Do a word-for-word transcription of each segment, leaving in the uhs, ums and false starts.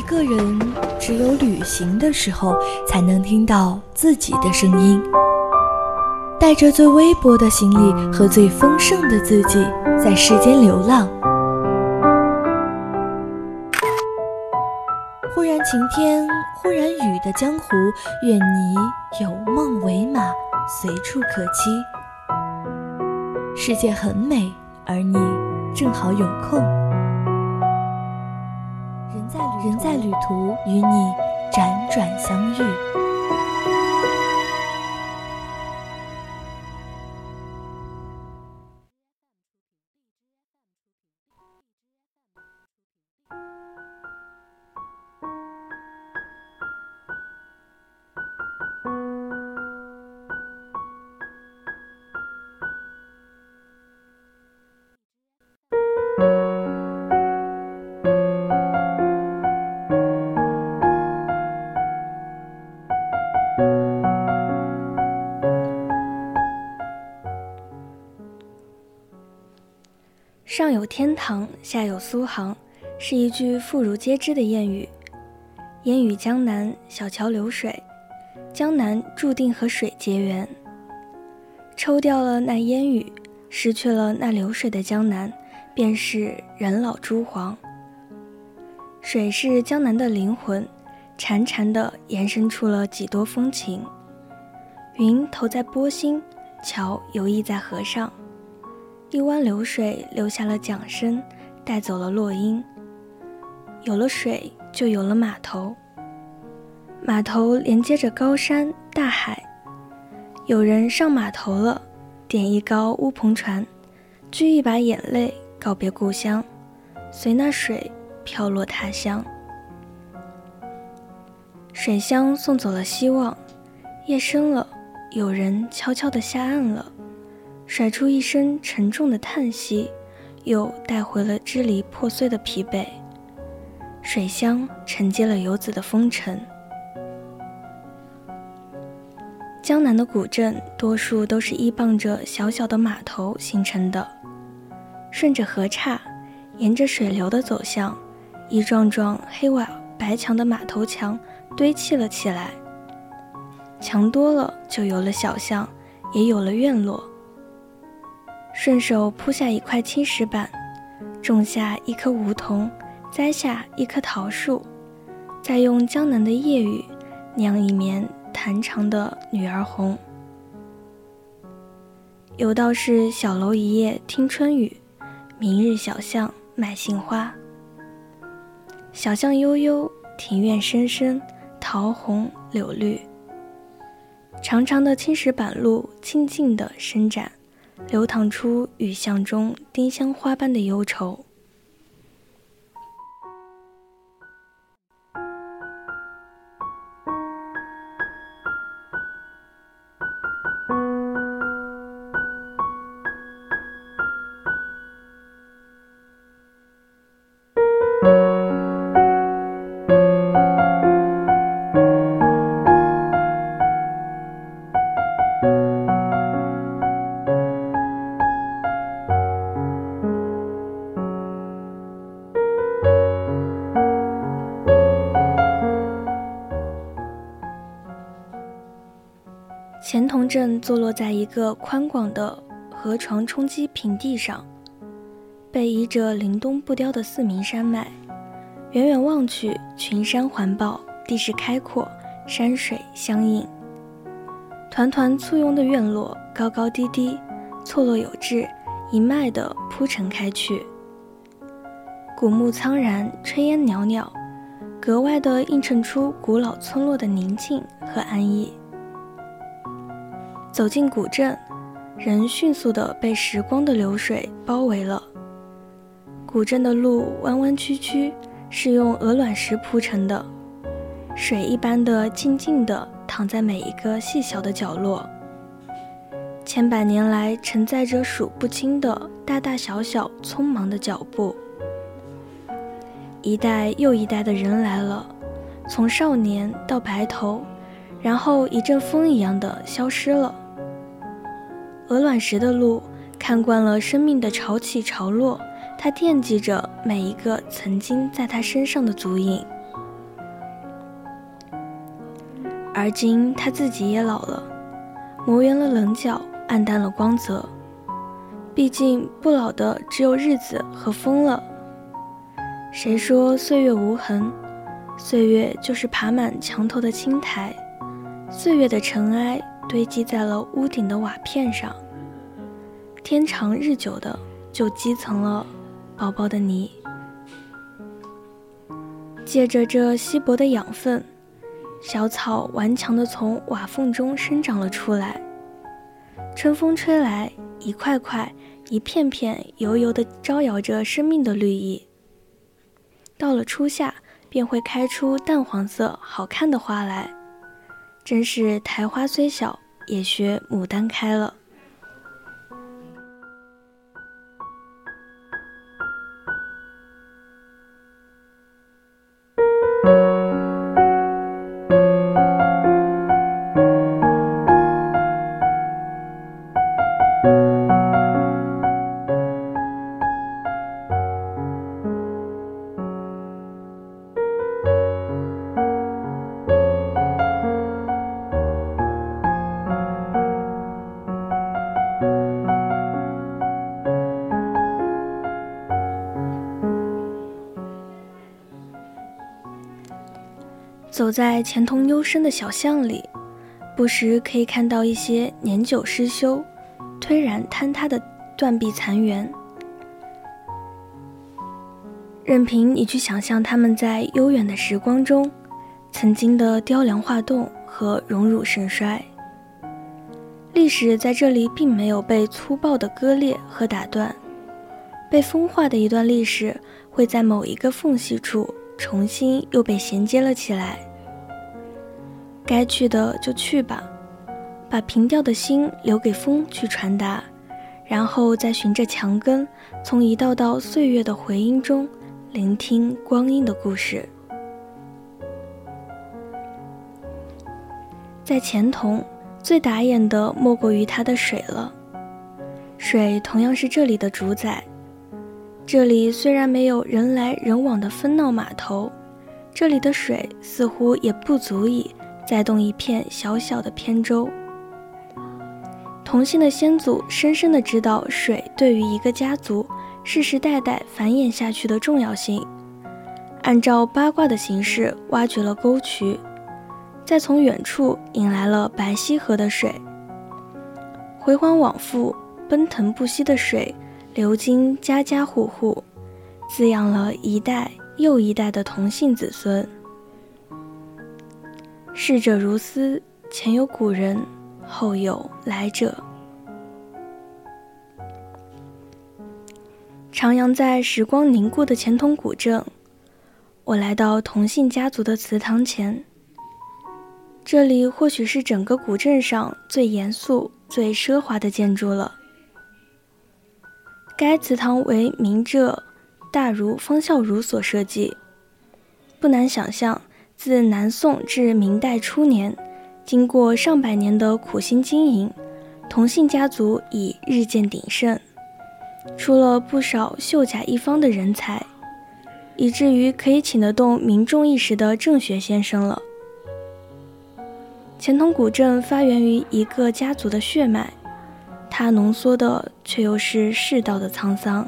个人只有旅行的时候才能听到自己的声音，带着最微薄的行李和最丰盛的自己在世间流浪。忽然晴天，忽然雨的江湖，愿你有梦为马，随处可栖。世界很美，而你正好有空。人在旅人在旅途，与你辗转相遇。 上有天堂，下有苏杭，是一句妇孺皆知的谚语。烟雨江南，小桥流水，江南注定和水结缘。抽掉了那烟雨，失去了那流水的江南，便是人老珠黄。水是江南的灵魂，潺潺地延伸出了几多风情。云投在波心，桥游弋在河上。一湾流水留下了桨声，带走了落英。有了水，就有了码头，码头连接着高山大海。有人上码头了，点一篙乌篷船，掬一把眼泪，告别故乡，随那水飘落他乡。水乡送走了希望，夜深了，有人悄悄地下岸了，甩出一声沉重的叹息，又带回了支离破碎的疲惫。水乡承接了游子的风尘。江南的古镇多数都是依傍着小小的码头形成的，顺着河岔，沿着水流的走向，一幢幢黑瓦白墙的码头墙堆砌了起来。墙多了，就有了小巷，也有了院落。顺手铺下一块青石板，种下一棵梧桐，栽下一棵桃树，再用江南的夜雨酿一绵弹长的女儿红。有道是小楼一夜听春雨，明日小巷买杏花。小巷悠悠，庭院深深，桃红柳绿。长长的青石板路静静地伸展，流淌出雨巷中丁香花般的忧愁。钱塘镇坐落在一个宽广的河床冲积平地上，背依着凛冬不凋的四明山脉，远远望去，群山环抱，地势开阔，山水相映。团团簇拥的院落高高低低，错落有致，一脉地铺陈开去。古木苍然，炊烟袅袅，格外地映衬出古老村落的宁静和安逸。走进古镇，人迅速地被时光的流水包围了。古镇的路弯弯曲曲，是用鹅卵石铺成的，水一般的静静地躺在每一个细小的角落。千百年来承载着数不清的大大小小匆忙的脚步。一代又一代的人来了，从少年到白头，然后一阵风一样的消失了。鹅卵石的路看惯了生命的潮起潮落，他惦记着每一个曾经在他身上的足印。 而今他自己也老了，磨圆了棱角，暗淡了光泽。毕竟不老的只有日子和风了。谁说岁月无痕？岁月就是爬满墙头的青苔，岁月的尘埃堆积在了屋顶的瓦片上，天长日久的就积层了薄薄的泥。借着这稀薄的养分，小草顽强地从瓦缝中生长了出来。春风吹来，一块块一片片油油地招摇着生命的绿意。到了初夏，便会开出淡黄色好看的花来，真是苔花虽小，也学牡丹开了。走在钱塘幽深的小巷里，不时可以看到一些年久失修、颓然坍塌的断壁残垣。任凭你去想象他们在悠远的时光中曾经的雕梁画栋和荣辱盛衰。历史在这里并没有被粗暴的割裂和打断，被风化的一段历史会在某一个缝隙处重新又被衔接了起来。该去的就去吧，把平调的心留给风去传达，然后再循着墙根，从一道道岁月的回音中聆听光阴的故事。在钱塘，最打眼的莫过于它的水了。水同样是这里的主宰。这里虽然没有人来人往的纷闹码头，这里的水似乎也不足以载动一片小小的扁舟。同姓的先祖深深地知道水对于一个家族世世代代繁衍下去的重要性，按照八卦的形式挖掘了沟渠，再从远处引来了白溪河的水，回环往复，奔腾不息的水流经家家户户，滋养了一代又一代的同姓子孙。逝者如斯，前有古人，后有来者。徜徉在时光凝固的钱塘古镇，我来到同姓家族的祠堂前。这里或许是整个古镇上最严肃、最奢华的建筑了。该祠堂为明浙大儒方孝孺所设计。不难想象，自南宋至明代初年，经过上百年的苦心经营，同姓家族已日渐鼎盛，出了不少秀甲一方的人才，以至于可以请得动民众一时的郑学先生了。钱塘古镇发源于一个家族的血脉，它浓缩的却又是世道的沧桑。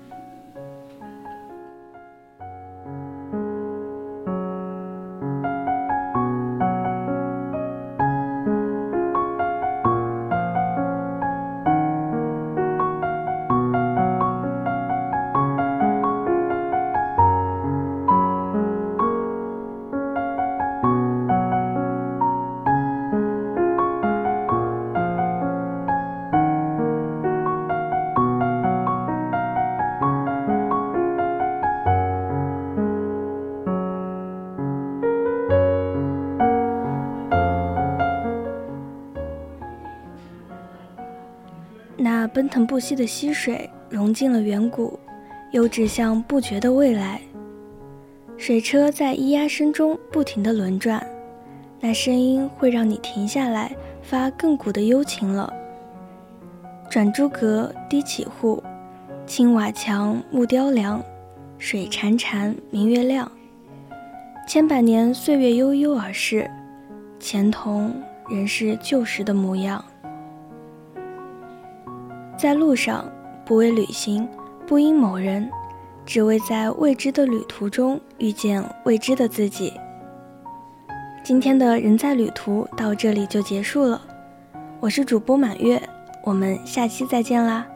那奔腾不息的溪水融进了远古，又指向不绝的未来。水车在咿呀声中不停地轮转，那声音会让你停下来发亘古的幽情了。转朱阁，低绮户，青瓦墙，木雕梁，水潺潺，明月亮。千百年岁月悠悠而逝， 前同仍是旧时的模样。在路上，不为旅行，不因某人，只为在未知的旅途中遇见未知的自己。今天的人在旅途到这里就结束了，我是主播满月，我们下期再见啦。